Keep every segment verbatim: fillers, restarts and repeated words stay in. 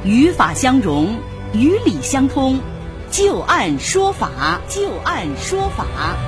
语法相融，语理相通，就案说法，就案说法。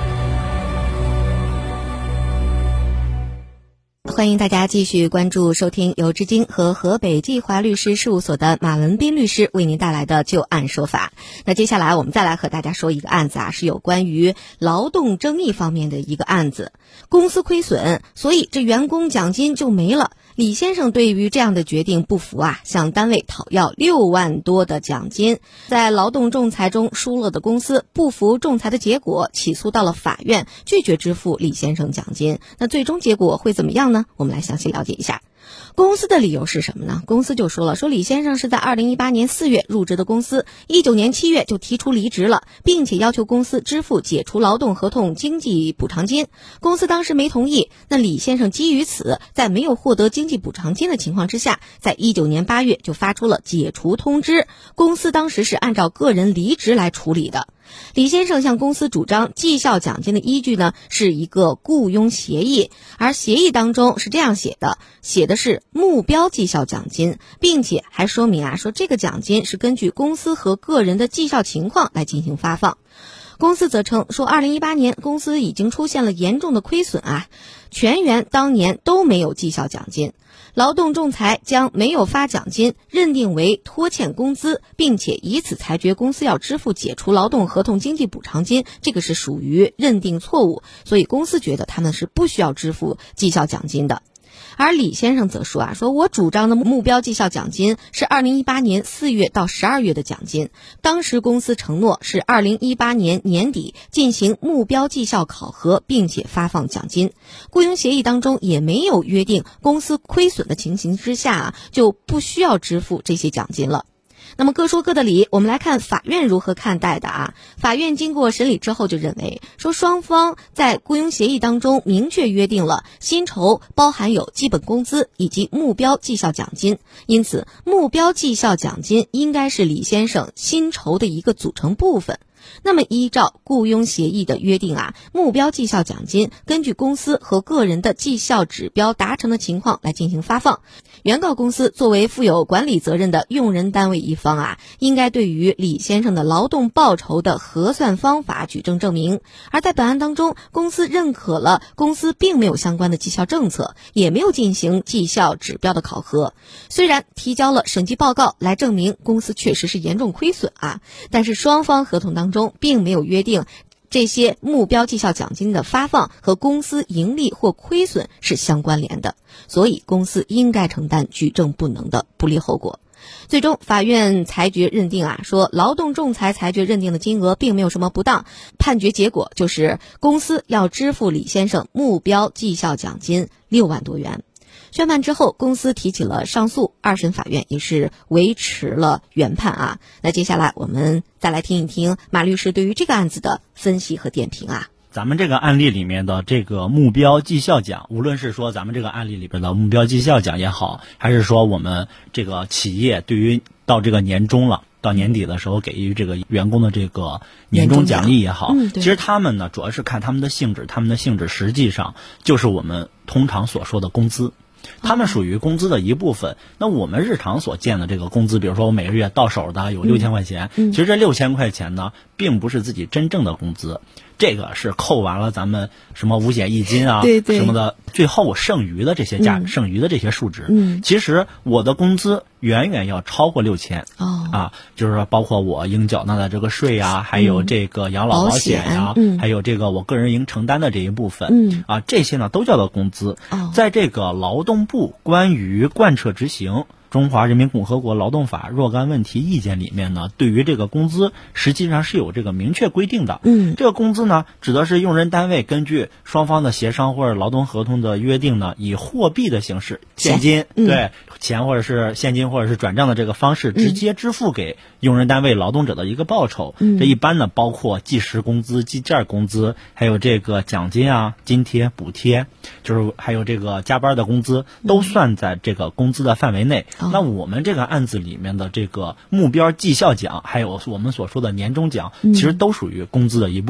欢迎大家继续关注收听由知经和河北济华律师事务所的马文斌律师为您带来的就案说法。那接下来我们再来和大家说一个案子啊，是有关于劳动争议方面的一个案子。公司亏损，所以这员工奖金就没了。李先生对于这样的决定不服啊，向单位讨要六万多的奖金。在劳动仲裁中输了的公司不服仲裁的结果，起诉到了法院，拒绝支付李先生奖金。那最终结果会怎么样呢？我们来详细了解一下。公司的理由是什么呢？公司就说了，说李先生是在二零一八年四月入职的公司，一九年七月就提出离职了，并且要求公司支付解除劳动合同经济补偿金。公司当时没同意，那李先生基于此，在没有获得经济补偿金的情况之下，在一九年八月就发出了解除通知。公司当时是按照个人离职来处理的。李先生向公司主张绩效奖金的依据呢，是一个雇佣协议，而协议当中是这样写的，写的是目标绩效奖金，并且还说明啊，说这个奖金是根据公司和个人的绩效情况来进行发放。公司则称说，二零一八年公司已经出现了严重的亏损啊，全员当年都没有绩效奖金。劳动仲裁将没有发奖金认定为拖欠工资，并且以此裁决公司要支付解除劳动合同经济补偿金，这个是属于认定错误，所以公司觉得他们是不需要支付绩效奖金的。而李先生则说啊，说我主张的目标绩效奖金是二零一八年四月到十二月的奖金，当时公司承诺是二零一八年年底进行目标绩效考核，并且发放奖金。雇佣协议当中也没有约定公司亏损的情形之下啊，就不需要支付这些奖金了。那么各说各的理，我们来看法院如何看待的啊。法院经过审理之后就认为，说双方在雇佣协议当中明确约定了薪酬包含有基本工资以及目标绩效奖金，因此目标绩效奖金应该是李先生薪酬的一个组成部分。那么依照雇佣协议的约定啊，目标绩效奖金根据公司和个人的绩效指标达成的情况来进行发放。原告公司作为负有管理责任的用人单位一方啊，应该对于李先生的劳动报酬的核算方法举证证明。而在本案当中，公司认可了公司并没有相关的绩效政策，也没有进行绩效指标的考核。虽然提交了审计报告来证明公司确实是严重亏损啊，但是双方合同当中中并没有约定这些目标绩效奖金的发放和公司盈利或亏损是相关联的，所以公司应该承担举证不能的不利后果。最终法院裁决认定啊，说劳动仲裁裁决认定的金额并没有什么不当，判决结果就是公司要支付李先生目标绩效奖金六万多元。宣判之后，公司提起了上诉，二审法院也是维持了原判啊。那接下来我们再来听一听马律师对于这个案子的分析和点评啊。 咱们这个案例里面的这个目标绩效奖，无论是说咱们这个案例里边的目标绩效奖也好，还是说我们这个企业对于到这个年终了，到年底的时候给予这个员工的这个年终奖励也好， 嗯、 其实他们呢主要是看他们的性质，他们的性质实际上就是我们通常所说的工资。他们属于工资的一部分。那我们日常所见的这个工资，比如说我每个月到手的有六千块钱， 嗯嗯、 其实这六千块钱呢，并不是自己真正的工资，这个是扣完了咱们什么五险一金啊， 对对什么的，最后剩余的这些价，嗯、剩余的这些数值， 嗯， 其实我的工资远远要超过六千哦啊，就是说包括我应缴纳的这个税啊，还有这个养老保险呀、啊嗯， 还有这个我个人应承担的这一部分， 嗯啊，这些呢都叫做工资。 哦、 在这个劳动部关于贯彻执行中华人民共和国劳动法若干问题意见里面呢，对于这个工资实际上是有这个明确规定的。 嗯， 这个工资呢，指的是用人单位根据双方的协商或者劳动合同的约定呢，以货币的形式，现金， 嗯、 对钱或者是现金或者是转账的这个方式，直接支付给用人单位劳动者的一个报酬。 嗯， 这一般呢，包括计时工资、计件工资，还有这个奖金啊、津贴、补贴，就是还有这个加班的工资，都算在这个工资的范围内。 嗯、 那我们这个案子里面的这个目标绩效奖，还有我们所说的年终奖，其实都属于工资的一部分。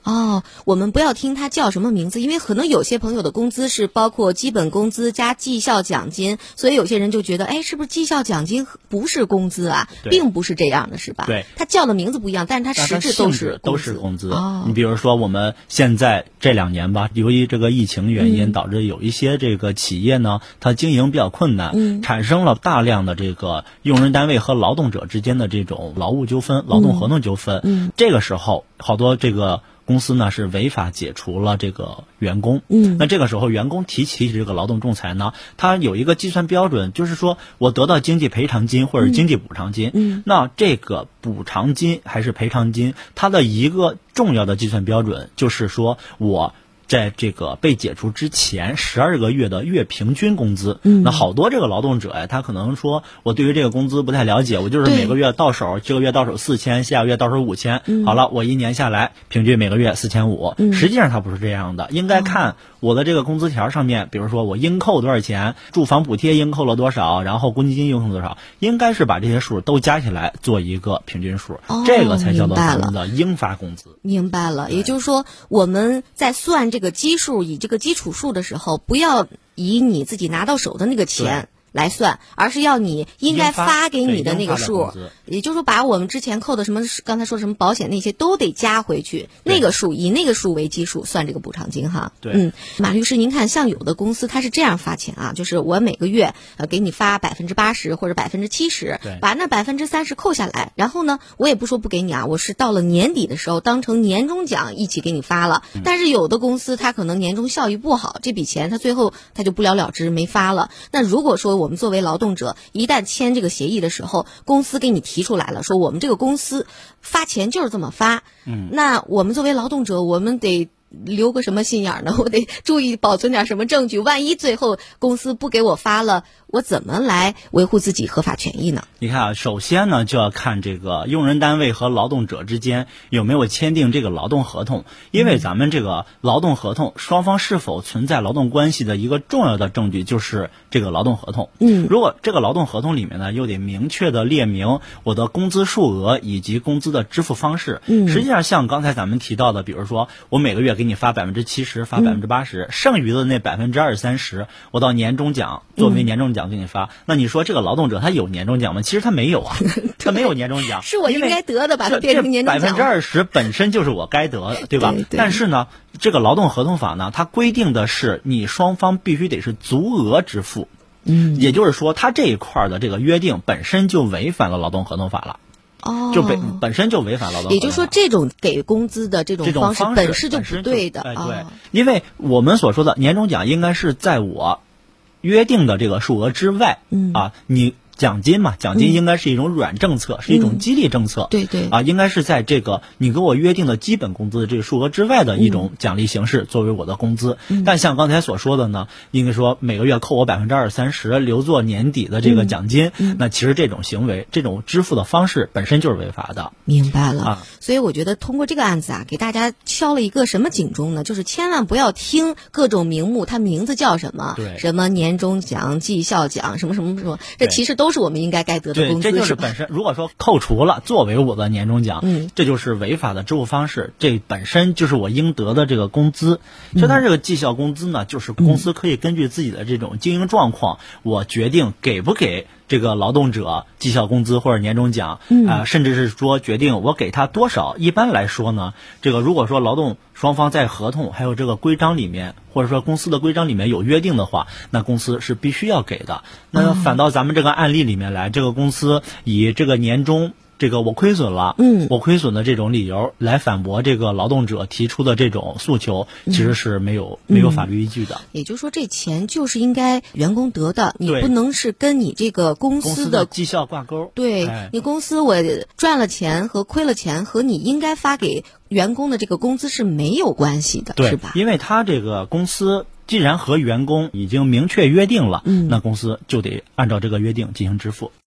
哦，我们不要听他叫什么名字，因为可能有些朋友的工资是包括基本工资加绩效奖金，所以有些人就觉得，哎，是不是绩效奖金不是工资啊？并不是这样的，是吧？ 对， 他叫的名字不一样，但是他实质都是都是工资。 哦， 你比如说我们现在这两年吧，由于这个疫情原因，嗯、导致有一些这个企业呢，它经营比较困难，嗯、产生了大量的这个用人单位和劳动者之间的这种劳务纠纷、劳动合同纠纷。嗯，这个时候好多这个公司呢是违法解除了这个员工，嗯，那这个时候员工提起这个劳动仲裁呢，它有一个计算标准，就是说我得到经济赔偿金或者经济补偿金，嗯，那这个补偿金还是赔偿金，它的一个重要的计算标准就是说我在这个被解除之前十二个月的月平均工资，嗯，那好多这个劳动者呀，他可能说我对于这个工资不太了解，我就是每个月到手，这个月到手四千，下个月到手五千，嗯，好了，我一年下来平均每个月四千五，实际上它不是这样的，应该看我的这个工资条上面，比如说我应扣多少钱，住房补贴应扣了多少，然后公积金应扣多少，应该是把这些数都加起来做一个平均数，哦，这个才叫做咱们的应发工资。 明白了，也就是说我们在算这个基数，以这个基础数的时候，不要以你自己拿到手的那个钱来算，而是要你应该发给你的那个数，也就是说把我们之前扣的什么刚才说什么保险那些都得加回去，那个数以那个数为基数算这个补偿金哈。 对， 嗯，马律师，您看像有的公司它是这样发钱啊，就是我每个月呃给你发百分之八十或者百分之七十，把那百分之三十扣下来，然后呢我也不说不给你啊，我是到了年底的时候当成年终奖一起给你发了，嗯，但是有的公司它可能年终效益不好，这笔钱它最后它就不了了之没发了。那如果说我们作为劳动者一旦签这个协议的时候，公司给你提出来了说我们这个公司发钱就是这么发，嗯，那我们作为劳动者我们得留个什么心眼呢？我得注意保存点什么证据，万一最后公司不给我发了，我怎么来维护自己合法权益呢？ 你看啊，首先呢就要看这个用人单位和劳动者之间有没有签订这个劳动合同，因为咱们这个劳动合同双方是否存在劳动关系的一个重要的证据就是这个劳动合同。嗯，如果这个劳动合同里面呢又得明确的列明我的工资数额以及工资的支付方式。嗯，实际上像刚才咱们提到的，比如说我每个月给你发百分之七十，发百分之八十，剩余的那百分之二三十，我到年终奖作为年终奖给你发。嗯，那你说这个劳动者他有年终奖吗？其实他没有啊，他没有年终奖， 是我应该得的，把它变成年终奖。 百分之二十本身就是我该得的，对吧？对对。但是呢，这个劳动合同法呢，它规定的是你双方必须得是足额支付。嗯，也就是说，它这一块的这个约定本身就违反了劳动合同法了。哦，就本本身就违反劳动合同法。 也就是说，这种给工资的这种方式本身就不对的。 哎，对，因为我们所说的年终奖应该是在我约定的这个数额之外，嗯啊，你奖金嘛，奖金应该是一种软政策，嗯，是一种激励政策， 对对啊，应该是在这个你给我约定的基本工资的这个数额之外的一种奖励形式作为我的工资。嗯，但像刚才所说的呢，应该说每个月扣我百分之二三十留作年底的这个奖金，嗯，那其实这种行为，这种支付的方式本身就是违法的。 明白了啊，所以我觉得通过这个案子啊，给大家敲了一个什么警钟呢？就是千万不要听各种名目，它名字叫什么， 对， 什么年终奖、绩效奖，什么什么什么，这其实都是我们应该该得的工资。 对，这就是本身如果说扣除了作为我的年终奖，嗯，这就是违法的支付方式，这本身就是我应得的这个工资。所以它这个绩效工资呢，就是公司可以根据自己的这种经营状况，我决定给不给这个劳动者绩效工资或者年终奖，嗯、呃，甚至是说决定我给他多少。一般来说呢，这个如果说劳动双方在合同还有这个规章里面，或者说公司的规章里面有约定的话，那公司是必须要给的。那反到咱们这个案例里面来，这个公司以这个年终这个我亏损了，嗯，我亏损的这种理由来反驳这个劳动者提出的这种诉求，其实是没有、嗯、没有法律依据的。 也就是说，这钱就是应该员工得的，你不能是跟你这个公司的, 公司的绩效挂钩。 对、哎、你公司我赚了钱和亏了钱和你应该发给员工的这个工资是没有关系的， 对， 是吧？ 因为他这个公司既然和员工已经明确约定了，嗯，那公司就得按照这个约定进行支付。